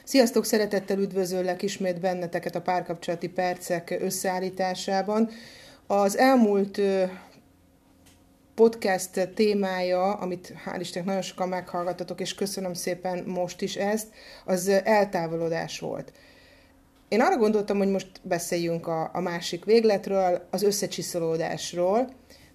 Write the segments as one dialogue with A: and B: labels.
A: Sziasztok, szeretettel üdvözöllek ismét benneteket a párkapcsolati percek összeállításában. Az elmúlt podcast témája, amit hál' Istennek nagyon sokan meghallgattatok, és köszönöm szépen most is ezt, az eltávolodás volt. Én arra gondoltam, hogy most beszéljünk a másik végletről, az összecsiszolódásról.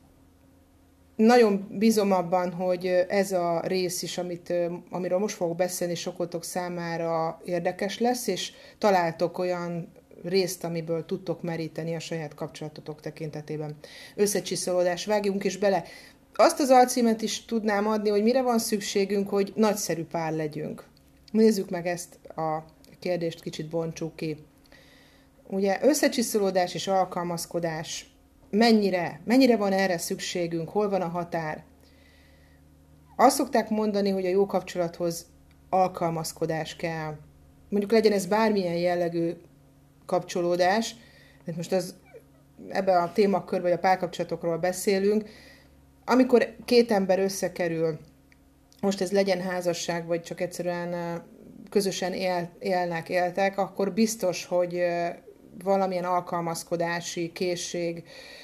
A: Nagyon bízom abban, hogy ez a rész is, amiről most fogok beszélni, sokotok számára érdekes lesz, és találtok olyan részt, amiből tudtok meríteni a saját kapcsolatotok tekintetében. Összecsiszolódás, vágjunk is bele. Azt az alcímet is tudnám adni, hogy mire van szükségünk, hogy nagyszerű pár legyünk. Nézzük meg ezt a kérdést, kicsit bontsuk ki. Ugye összecsiszolódás és alkalmazkodás. Mennyire van erre szükségünk? Hol van a határ? Azt szokták mondani, hogy a jó kapcsolathoz alkalmazkodás kell. Mondjuk legyen ez bármilyen jellegű kapcsolódás, mert most ebben a témakörben, vagy a párkapcsolatokról beszélünk, amikor két ember összekerül, most ez legyen házasság, vagy csak egyszerűen közösen éltek, akkor biztos, hogy valamilyen alkalmazkodási készség,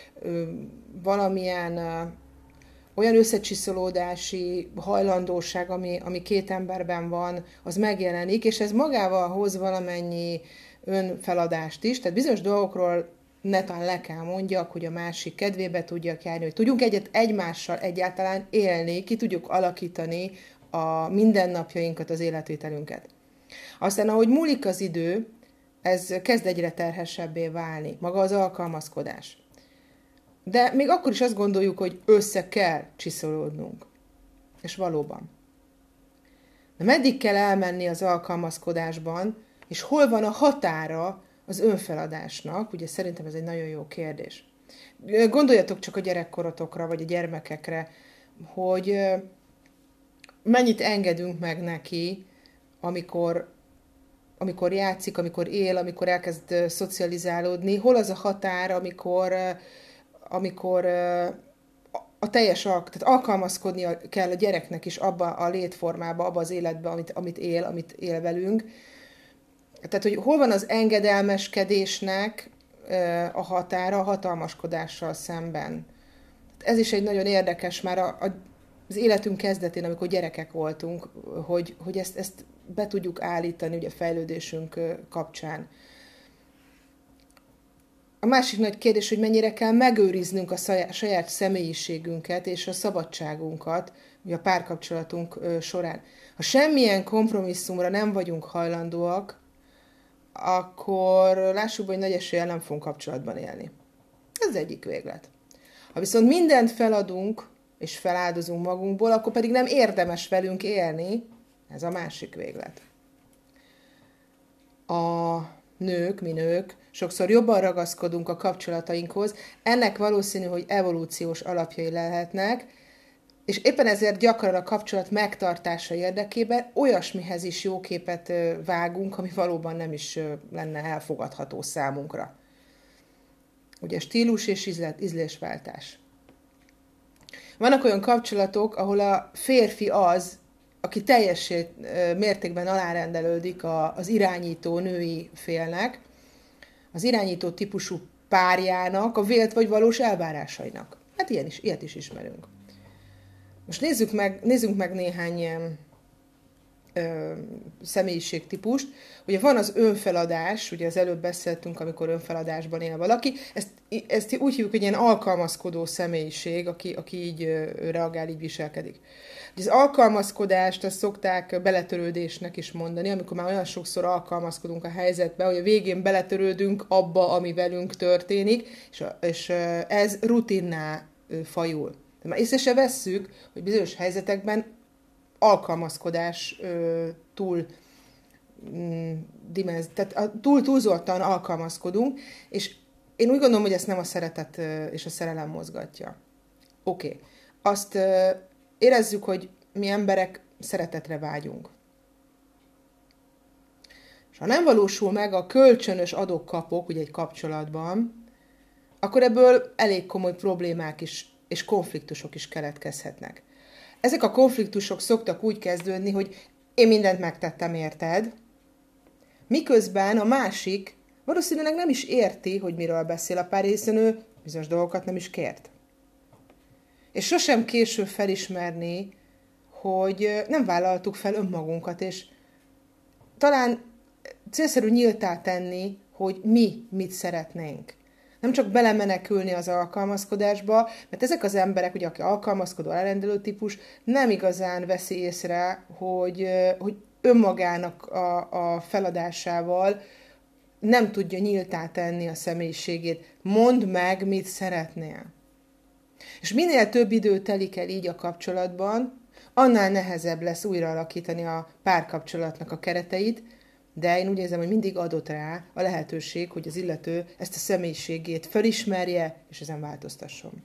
A: valamilyen olyan összecsiszolódási hajlandóság, ami két emberben van, az megjelenik, és ez magával hoz valamennyi önfeladást is. Tehát bizonyos dolgokról netán le kell mondjak, hogy a másik kedvébe tudjak járni, hogy tudjunk egymással egyáltalán élni, ki tudjuk alakítani a mindennapjainkat, az életvitelünket. Aztán, ahogy múlik az idő, ez kezd egyre terhesebbé válni, maga az alkalmazkodás. De még akkor is azt gondoljuk, hogy össze kell csiszolódnunk. És valóban. De meddig kell elmenni az alkalmazkodásban, és hol van a határa az önfeladásnak? Ugye szerintem ez egy nagyon jó kérdés. Gondoljatok csak a gyerekkorotokra, vagy a gyermekekre, hogy mennyit engedünk meg neki, amikor játszik, amikor él, amikor elkezd szocializálódni, hol az a határ, amikor a teljes, tehát alkalmazkodnia kell a gyereknek is abba a létformába, abba az életbe, amit él velünk. Tehát, hogy hol van az engedelmeskedésnek a határa a hatalmaskodással szemben. Ez is egy nagyon érdekes már az életünk kezdetén, amikor gyerekek voltunk, hogy ezt be tudjuk állítani ugye a fejlődésünk kapcsán. A másik nagy kérdés, hogy mennyire kell megőriznünk a saját személyiségünket és a szabadságunkat ugye a párkapcsolatunk során. Ha semmilyen kompromisszumra nem vagyunk hajlandóak, akkor lássuk, hogy nagy eséllyel nem fogunk kapcsolatban élni. Ez az egyik véglet. Ha viszont mindent feladunk és feláldozunk magunkból, akkor pedig nem érdemes velünk élni, ez a másik véglet. Mi nők, sokszor jobban ragaszkodunk a kapcsolatainkhoz, ennek valószínű, hogy evolúciós alapjai lehetnek, és éppen ezért gyakran a kapcsolat megtartása érdekében olyasmihez is jó képet vágunk, ami valóban nem is lenne elfogadható számunkra. Ugye stílus és ízlésváltás. Vannak olyan kapcsolatok, ahol a férfi az, aki teljes mértékben alárendelődik az irányító női félnek, az irányító típusú párjának, a vélt vagy valós elvárásainak. Hát ilyet is ismerünk. Most nézzünk meg néhány ilyen személyiségtípust. Ugye van az önfeladás, ugye az előbb beszéltünk, amikor önfeladásban él valaki, ezt úgy hívjuk, hogy ilyen alkalmazkodó személyiség, aki így reagál, így viselkedik. Az alkalmazkodást azt szokták beletörődésnek is mondani, amikor már olyan sokszor alkalmazkodunk a helyzetbe, hogy a végén beletörődünk abba, ami velünk történik, és ez rutinná fajul. De már észre se vesszük, hogy bizonyos helyzetekben alkalmazkodás tehát túlzottan alkalmazkodunk, és én úgy gondolom, hogy ezt nem a szeretet és a szerelem mozgatja. Oké. Azt érezzük, hogy mi emberek szeretetre vágyunk. És ha nem valósul meg a kölcsönös adok-kapok ugye egy kapcsolatban, akkor ebből elég komoly problémák is és konfliktusok is keletkezhetnek. Ezek a konfliktusok szoktak úgy kezdődni, hogy én mindent megtettem érted, Miközben a másik valószínűleg nem is érti, hogy miről beszél a párja, hiszen ő bizonyos dolgokat nem is kért. És sosem késő felismerni, hogy nem vállaltuk fel önmagunkat, és talán célszerű nyíltá tenni, hogy mi mit szeretnénk. Nem csak belemenekülni az alkalmazkodásba, mert ezek az emberek, ugye aki alkalmazkodó, elrendelő típus, nem igazán veszi észre, hogy önmagának a feladásával nem tudja nyíltá tenni a személyiségét. Mondd meg, mit szeretnél. És minél több idő telik el így a kapcsolatban, annál nehezebb lesz újra alakítani a párkapcsolatnak a kereteit, de én úgy érzem, hogy mindig adott rá a lehetőség, hogy az illető ezt a személyiségét felismerje, és ezen változtasson.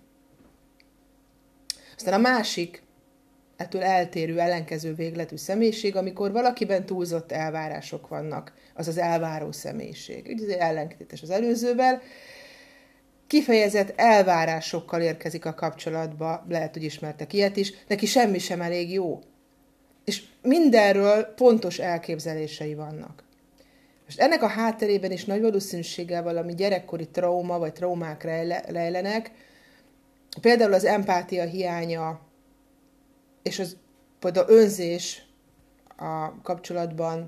A: Aztán a másik, ettől eltérő, ellenkező végletű személyiség, amikor valakiben túlzott elvárások vannak, az az elváró személyiség. Ugye ellentétes az előzővel, kifejezett elvárásokkal érkezik a kapcsolatba, lehet, hogy ismertek ilyet is, neki semmi sem elég jó. És mindenről pontos elképzelései vannak. Most ennek a hátterében is nagy valószínűséggel valami gyerekkori trauma vagy traumák rejlenek, például az empátia hiánya, és az például önzés a kapcsolatban,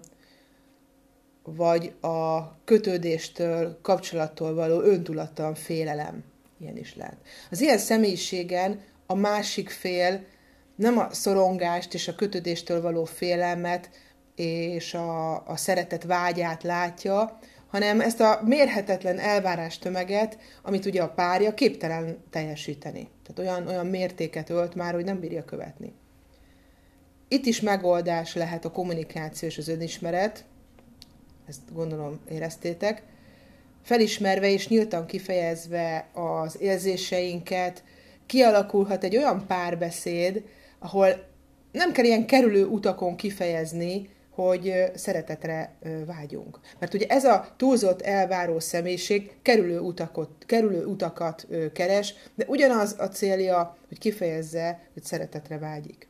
A: vagy a kötődéstől, kapcsolattól való öntudattalan félelem. Ilyen is lehet. Az ilyen személyiségen a másik fél nem a szorongást és a kötődéstől való félelmet és a szeretet vágyát látja, hanem ezt a mérhetetlen elvárástömeget, amit ugye a párja képtelen teljesíteni. Tehát olyan mértéket ölt már, hogy nem bírja követni. Itt is megoldás lehet a kommunikáció és az önismeret, ezt gondolom éreztétek, felismerve és nyíltan kifejezve az érzéseinket, kialakulhat egy olyan párbeszéd, ahol nem kell ilyen kerülő utakon kifejezni, hogy szeretetre vágyunk. Mert ugye ez a túlzott elváró személyiség kerülő utakat keres, de ugyanaz a célja, hogy kifejezze, hogy szeretetre vágyik.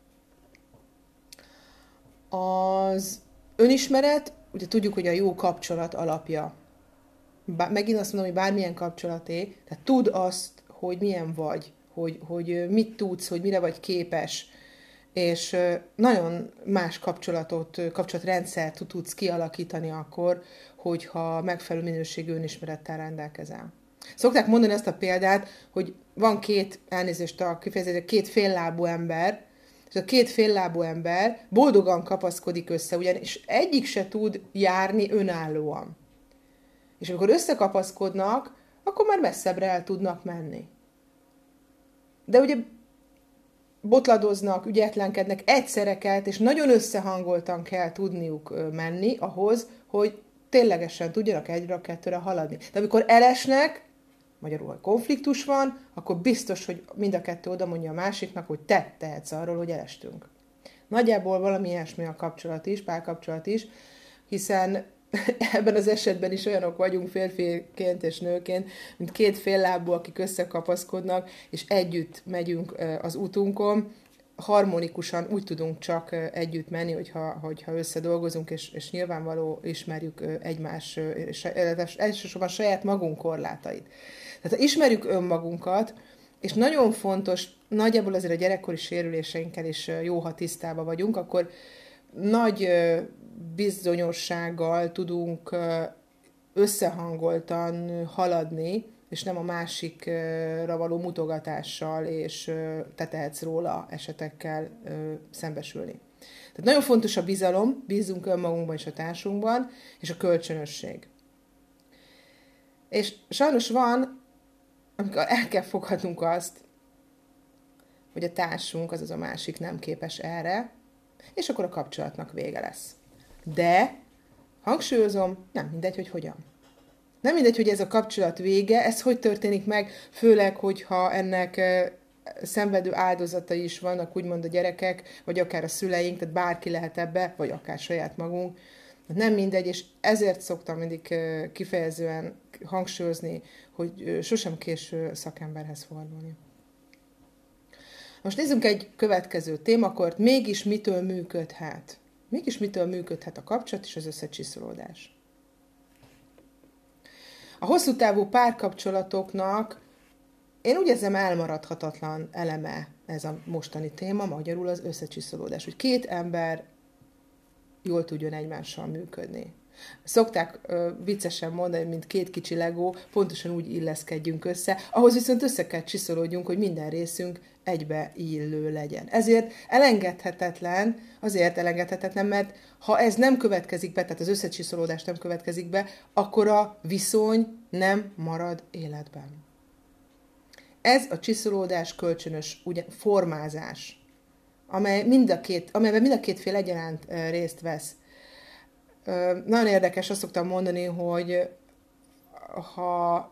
A: Az önismeret, ugye tudjuk, hogy a jó kapcsolat alapja. Megint azt mondom, hogy bármilyen kapcsolaté, tehát tudd azt, hogy milyen vagy, hogy mit tudsz, hogy mire vagy képes, és nagyon más kapcsolatrendszert tudsz kialakítani akkor, hogyha megfelelő minőségű önismerettel rendelkezel. Szokták mondani azt a példát, hogy van két féllábú ember, és a két féllábú ember boldogan kapaszkodik össze, ugyanis egyik se tud járni önállóan. És amikor összekapaszkodnak, akkor már messzebbre el tudnak menni. De ugye botladoznak, ügyetlenkednek, egyszerre kell, és nagyon összehangoltan kell tudniuk menni ahhoz, hogy ténylegesen tudjanak egyre, kettőre haladni. De amikor elesnek, magyarul, ha konfliktus van, akkor biztos, hogy mind a kettő oda mondja a másiknak, hogy te tehetsz arról, hogy elestünk. Nagyjából valami ilyesmi a kapcsolat is, párkapcsolat is, hiszen ebben az esetben is olyanok vagyunk férfiként és nőként, mint két féllábú, akik összekapaszkodnak, és együtt megyünk az útunkon, harmonikusan úgy tudunk csak együtt menni, hogyha összedolgozunk, és nyilvánvaló ismerjük egymás, elsősorban saját magunk korlátait. Tehát ha ismerjük önmagunkat, és nagyon fontos, nagyjából azért a gyerekkori sérüléseinkkel is jó, ha tisztában vagyunk, akkor nagy bizonyossággal tudunk összehangoltan haladni, és nem a másikra való mutogatással és te tehetsz róla esetekkel szembesülni. Tehát nagyon fontos a bizalom, bízunk önmagunkban és a társunkban, és a kölcsönösség. És sajnos van, amikor el kell fogadnunk azt, hogy a társunk, azaz a másik nem képes erre, és akkor a kapcsolatnak vége lesz. De, hangsúlyozom, nem mindegy, hogy hogyan. Nem mindegy, hogy ez a kapcsolat vége, ez hogy történik meg, főleg, hogyha ennek szenvedő áldozatai is vannak, úgymond a gyerekek, vagy akár a szüleink, tehát bárki lehet ebbe, vagy akár saját magunk. Nem mindegy, és ezért szoktam mindig kifejezően hangsúlyozni, hogy sosem késő szakemberhez fordulni. Most nézzünk egy következő témakört, mégis mitől működhet? Mégis mitől működhet a kapcsolat és az összecsiszolódás? A hosszú távú párkapcsolatoknak én úgy érzem elmaradhatatlan eleme ez a mostani téma, magyarul az összecsiszolódás, hogy két ember jól tudjon egymással működni. Szokták viccesen mondani, mint két kicsi legó, pontosan úgy illeszkedjünk össze, ahhoz viszont össze kell csiszolódjunk, hogy minden részünk egybe illő legyen. Ezért azért elengedhetetlen, mert ha ez nem következik be, tehát az összecsiszolódás nem következik be, akkor a viszony nem marad életben. Ez a csiszolódás kölcsönös formázás, amelyben mind a két fél egyaránt részt vesz. Nagyon érdekes, azt szoktam mondani, hogy ha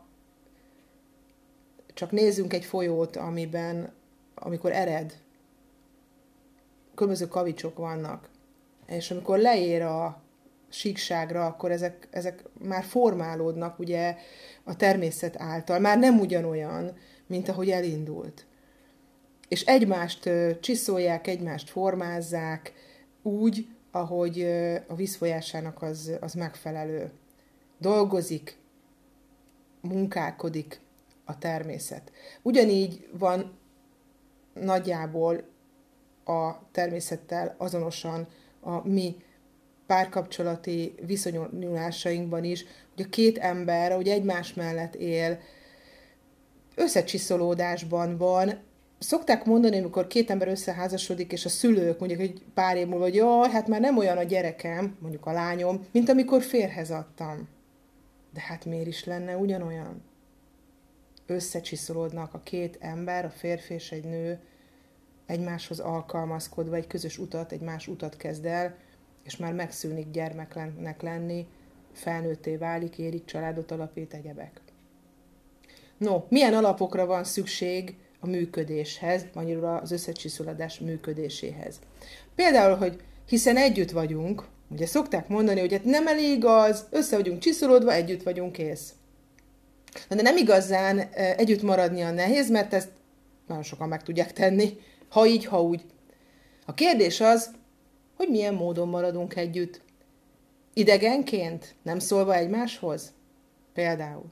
A: csak nézzünk egy folyót, amikor ered, különböző kavicsok vannak, és amikor leér a síkságra, akkor ezek már formálódnak ugye a természet által, már nem ugyanolyan, mint ahogy elindult. És egymást csiszolják, egymást formázzák úgy, ahogy a vízfolyásának az megfelelő. Dolgozik, munkálkodik a természet. Ugyanígy van nagyjából a természettel azonosan a mi párkapcsolati viszonyulásainkban is, hogy a két ember, ahogy egymás mellett él, összecsiszolódásban van. Szokták mondani, amikor két ember összeházasodik, és a szülők mondjuk egy pár év múlva, hogy jaj, hát már nem olyan a gyerekem, mondjuk a lányom, mint amikor férjhez adtam. De hát miért is lenne ugyanolyan? Összecsiszolódnak a két ember, a férfi és egy nő, egymáshoz alkalmazkodva egy más utat kezd el, és már megszűnik gyermeknek lenni, felnőtté válik, érik, családot alapít, egyebek. No, milyen alapokra van szükség a működéshez, magyarul az összecsiszolódás működéséhez? Például, hogy hiszen együtt vagyunk, ugye szokták mondani, hogy hát nem elég az, össze vagyunk csiszolódva, együtt vagyunk, kész. De nem igazán együtt maradnia nehéz, mert ezt nagyon sokan meg tudják tenni, ha így, ha úgy. A kérdés az, hogy milyen módon maradunk együtt. Idegenként, nem szólva egymáshoz? Például.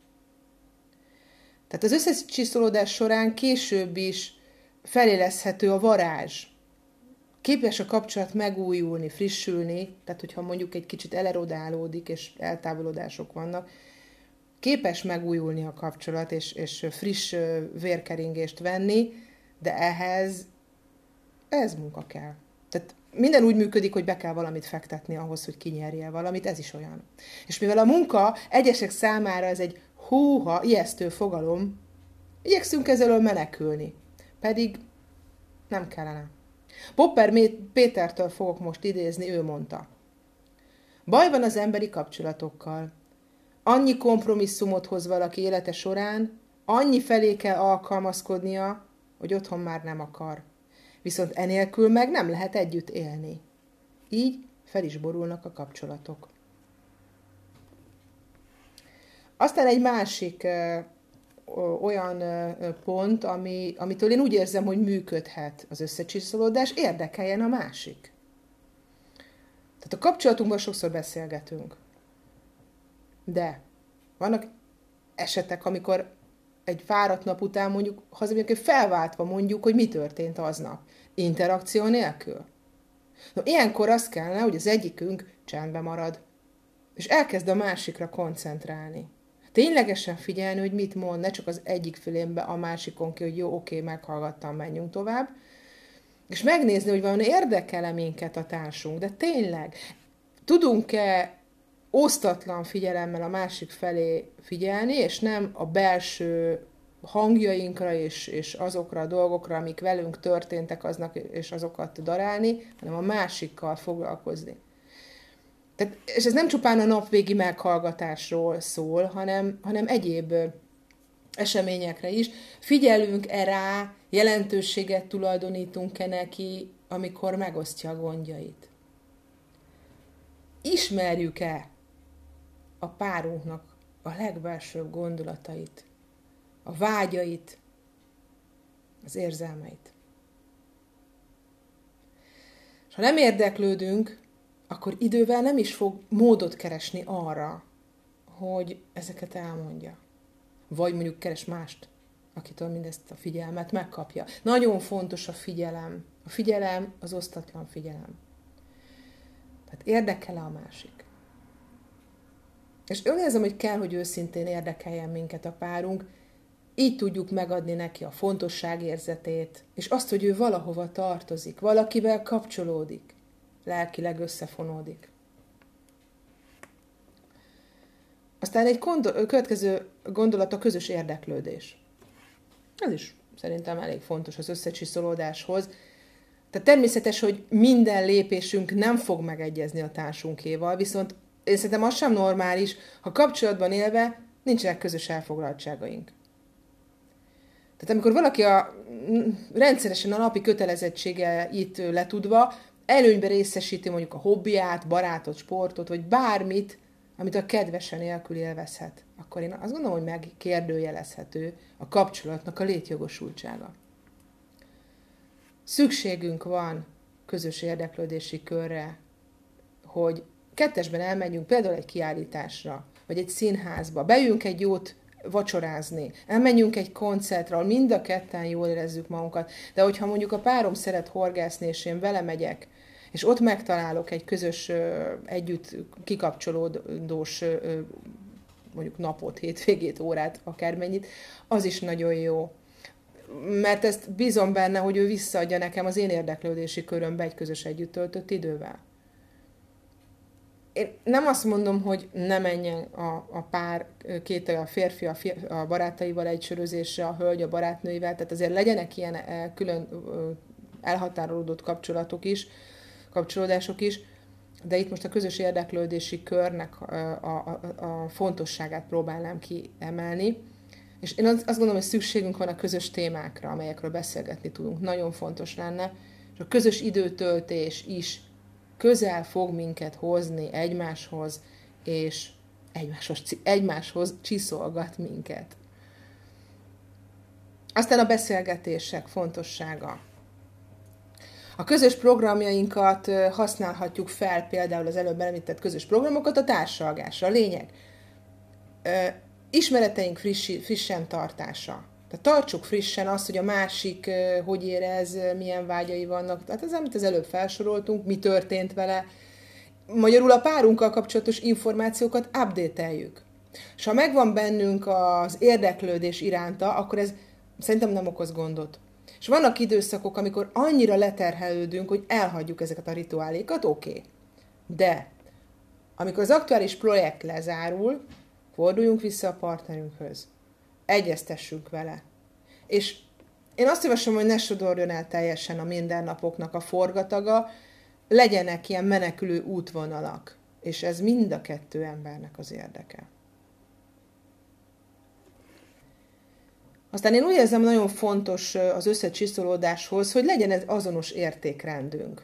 A: Tehát az összecsiszolódás során később is feléleszthető a varázs. Képes a kapcsolat megújulni, frissülni, tehát hogyha mondjuk egy kicsit elerodálódik, és eltávolodások vannak, képes megújulni a kapcsolat, és friss vérkeringést venni, de ehhez munka kell. Tehát minden úgy működik, hogy be kell valamit fektetni ahhoz, hogy kinyerje valamit, ez is olyan. És mivel a munka egyesek számára ez egy ijesztő fogalom, igyekszünk ezzel menekülni. Pedig nem kellene. Popper Pétertől fogok most idézni, ő mondta. Baj van az emberi kapcsolatokkal. Annyi kompromisszumot hoz valaki élete során, annyi felé kell alkalmazkodnia, hogy otthon már nem akar. Viszont enélkül meg nem lehet együtt élni. Így fel is borulnak a kapcsolatok. Aztán egy másik olyan pont, amitől én úgy érzem, hogy működhet az összecsiszolódás, érdekeljen a másik. Tehát a kapcsolatunkban sokszor beszélgetünk. De vannak esetek, amikor egy fáradt nap után mondjuk hazamegyünk, felváltva mondjuk, hogy mi történt aznap. Interakció nélkül. No, ilyenkor az kellene, hogy az egyikünk csendben marad, és elkezd a másikra koncentrálni. Ténylegesen figyelni, hogy mit mond, ne csak az egyik fülémbe, a másikon ki, hogy jó, oké, meghallgattam, menjünk tovább, és megnézni, hogy vajon érdekel-e minket a társunk, de tényleg tudunk-e osztatlan figyelemmel a másik felé figyelni, és nem a belső hangjainkra és azokra a dolgokra, amik velünk történtek, és azokat darálni, hanem a másikkal foglalkozni. Tehát, és ez nem csupán a napvégi meghallgatásról szól, hanem egyéb eseményekre is. Figyelünk-e rá, jelentőséget tulajdonítunk-e neki, amikor megosztja a gondjait? Ismerjük-e a párunknak a legbelsőbb gondolatait, a vágyait, az érzelmeit? És ha nem érdeklődünk, akkor idővel nem is fog módot keresni arra, hogy ezeket elmondja. Vagy mondjuk keres mást, akitől mindezt a figyelmet megkapja. Nagyon fontos a figyelem. A figyelem az osztatlan figyelem. Tehát érdekel-e a másik? És érzem, hogy kell, hogy őszintén érdekeljen minket a párunk, így tudjuk megadni neki a fontosságérzetét, és azt, hogy ő valahova tartozik, valakivel kapcsolódik, lelkileg összefonódik. Aztán egy következő gondolat a közös érdeklődés. Ez is szerintem elég fontos az összecsiszolódáshoz. Tehát természetes, hogy minden lépésünk nem fog megegyezni a társunkéval, viszont én szerintem az sem normális, ha kapcsolatban élve nincsenek közös elfoglaltságaink. Tehát amikor valaki rendszeresen a napi kötelezettségeit letudva előnybe részesíti mondjuk a hobbiát, barátot, sportot, vagy bármit, amit a kedvese nélkül élvezhet, akkor én azt gondolom, hogy megkérdőjelezhető a kapcsolatnak a létjogosultsága. Szükségünk van közös érdeklődési körre, hogy kettesben elmegyünk például egy kiállításra, vagy egy színházba, beüljünk egy jót vacsorázni, elmenjünk egy koncertre, ahol mind a ketten jól érezzük magunkat, de hogyha mondjuk a párom szeret horgászni, és én vele megyek, és ott megtalálok egy közös, együtt kikapcsolódós mondjuk napot, hétvégét, órát, akármennyit, az is nagyon jó. Mert ezt bízom benne, hogy ő visszaadja nekem az én érdeklődési körömbe egy közös együtt töltött idővel. Én nem azt mondom, hogy ne menjen a pár, a férfi a barátaival egy sörözésre, a hölgy a barátnőivel, tehát azért legyenek ilyen külön elhatárolódott kapcsolódások is, de itt most a közös érdeklődési körnek a fontosságát próbálnám kiemelni. És én azt gondolom, hogy szükségünk van a közös témákra, amelyekről beszélgetni tudunk. Nagyon fontos lenne, és a közös időtöltés is közel fog minket hozni egymáshoz, és egymáshoz csiszolgat minket. Aztán a beszélgetések fontossága. A közös programjainkat használhatjuk fel, például az előbb említett közös programokat a társalgásra. A lényeg, ismereteink frissen tartása. Tehát tartsuk frissen azt, hogy a másik hogy érez, milyen vágyai vannak. Tehát az, amit az előbb felsoroltunk, mi történt vele. Magyarul a párunkkal kapcsolatos információkat update-eljük. És ha megvan bennünk az érdeklődés iránta, akkor ez szerintem nem okoz gondot. És vannak időszakok, amikor annyira leterhelődünk, hogy elhagyjuk ezeket a rituálékat, oké. De amikor az aktuális projekt lezárul, forduljunk vissza a partnerünkhöz. Egyeztessünk vele. És én azt javaslom, hogy ne sodorjon el teljesen a mindennapoknak a forgataga, legyenek ilyen menekülő útvonalak. És ez mind a kettő embernek az érdeke. Aztán én úgy érzem, nagyon fontos az összecsiszolódáshoz, hogy legyen ez azonos értékrendünk.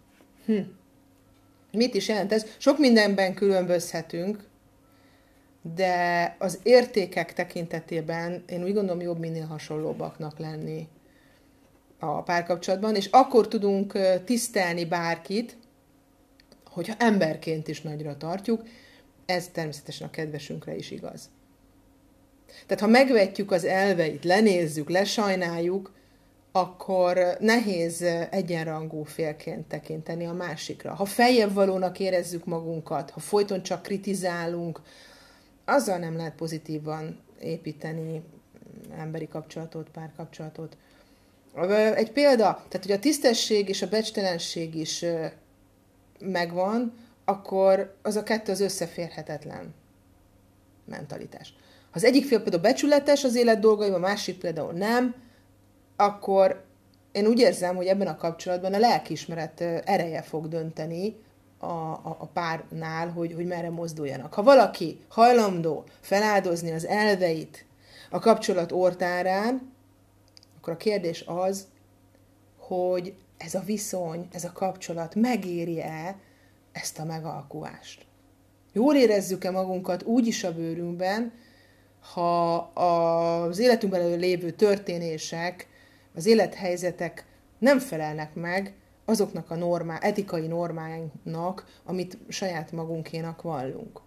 A: Mit is jelent ez? Sok mindenben különbözhetünk, de az értékek tekintetében én úgy gondolom jobb minél hasonlóbbaknak lenni a párkapcsolatban, és akkor tudunk tisztelni bárkit, hogyha emberként is nagyra tartjuk, ez természetesen a kedvesünkre is igaz. Tehát ha megvetjük az elveit, lenézzük, lesajnáljuk, akkor nehéz egyenrangú félként tekinteni a másikra. Ha feljebb valónak érezzük magunkat, ha folyton csak kritizálunk, azzal nem lehet pozitívan építeni emberi kapcsolatot, párkapcsolatot. Egy példa, tehát hogy a tisztesség és a becstelenség is megvan, akkor az a kettő az összeférhetetlen mentalitás. Ha az egyik fél például becsületes az élet dolgaiban, a másik például nem, akkor én úgy érzem, hogy ebben a kapcsolatban a lelkiismeret ereje fog dönteni a párnál, hogy merre mozduljanak. Ha valaki hajlandó feláldozni az elveit a kapcsolat oltárán, akkor a kérdés az, hogy ez a viszony, ez a kapcsolat megéri-e ezt a megalkuvást. Jól érezzük-e magunkat úgyis a bőrünkben, ha az életünkben lévő történések, az élethelyzetek nem felelnek meg azoknak a etikai normáinknak, amit saját magunkénak vallunk.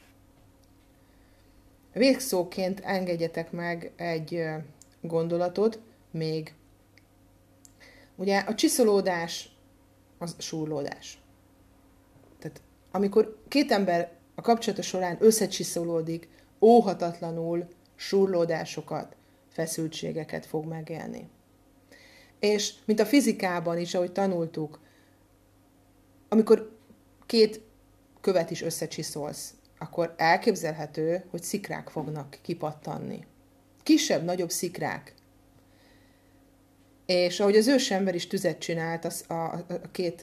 A: Végszóként engedjetek meg egy gondolatot még. Ugye a csiszolódás az súrlódás. Tehát amikor két ember a kapcsolata során összecsiszolódik, óhatatlanul súrlódásokat, feszültségeket fog megélni. És mint a fizikában is, ahogy tanultuk, amikor két követ is összecsiszolsz, akkor elképzelhető, hogy szikrák fognak kipattanni. Kisebb-nagyobb szikrák. És ahogy az ősember is tüzet csinált a két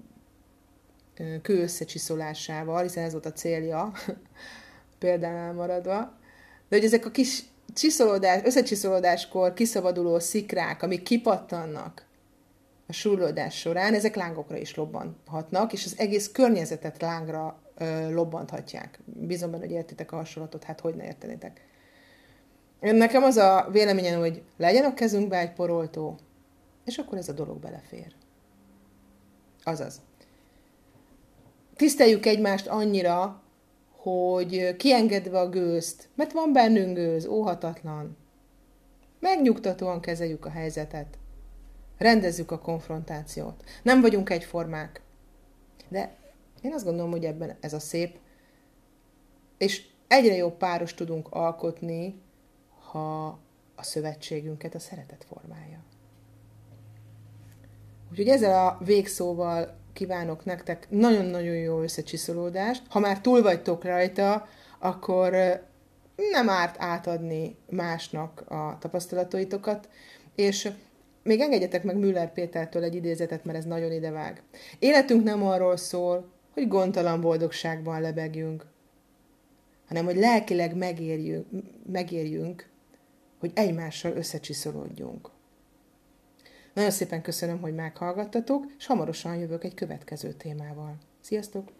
A: kő összecsiszolásával, hiszen ez volt a célja, példánál maradva, de hogy ezek a kis összecsiszolódáskor kiszabaduló szikrák, amik kipattannak a súrlódás során, ezek lángokra is lobbanthatnak, és az egész környezetet lángra lobbanthatják. Bízom benne, hogy értitek a hasonlatot, hát hogy ne értenétek. Nekem az a véleményem, hogy legyen a kezünkbe egy poroltó, és akkor ez a dolog belefér. Azaz. Tiszteljük egymást annyira, hogy kiengedve a gőzt, mert van bennünk gőz, óhatatlan. Megnyugtatóan kezeljük a helyzetet. Rendezzük a konfrontációt. Nem vagyunk egyformák. De én azt gondolom, hogy ebben ez a szép, és egyre jobb páros tudunk alkotni, ha a szövetségünket a szeretet formálja. Úgyhogy ezzel a végszóval kívánok nektek nagyon-nagyon jó összecsiszolódást. Ha már túl vagytok rajta, akkor nem árt átadni másnak a tapasztalataitokat, és még engedjetek meg Müller Pétertől egy idézetet, mert ez nagyon idevág. Életünk nem arról szól, hogy gondtalan boldogságban lebegjünk, hanem hogy lelkileg megérjünk, hogy egymással összecsiszolódjunk. Nagyon szépen köszönöm, hogy meghallgattatok, és hamarosan jövök egy következő témával. Sziasztok!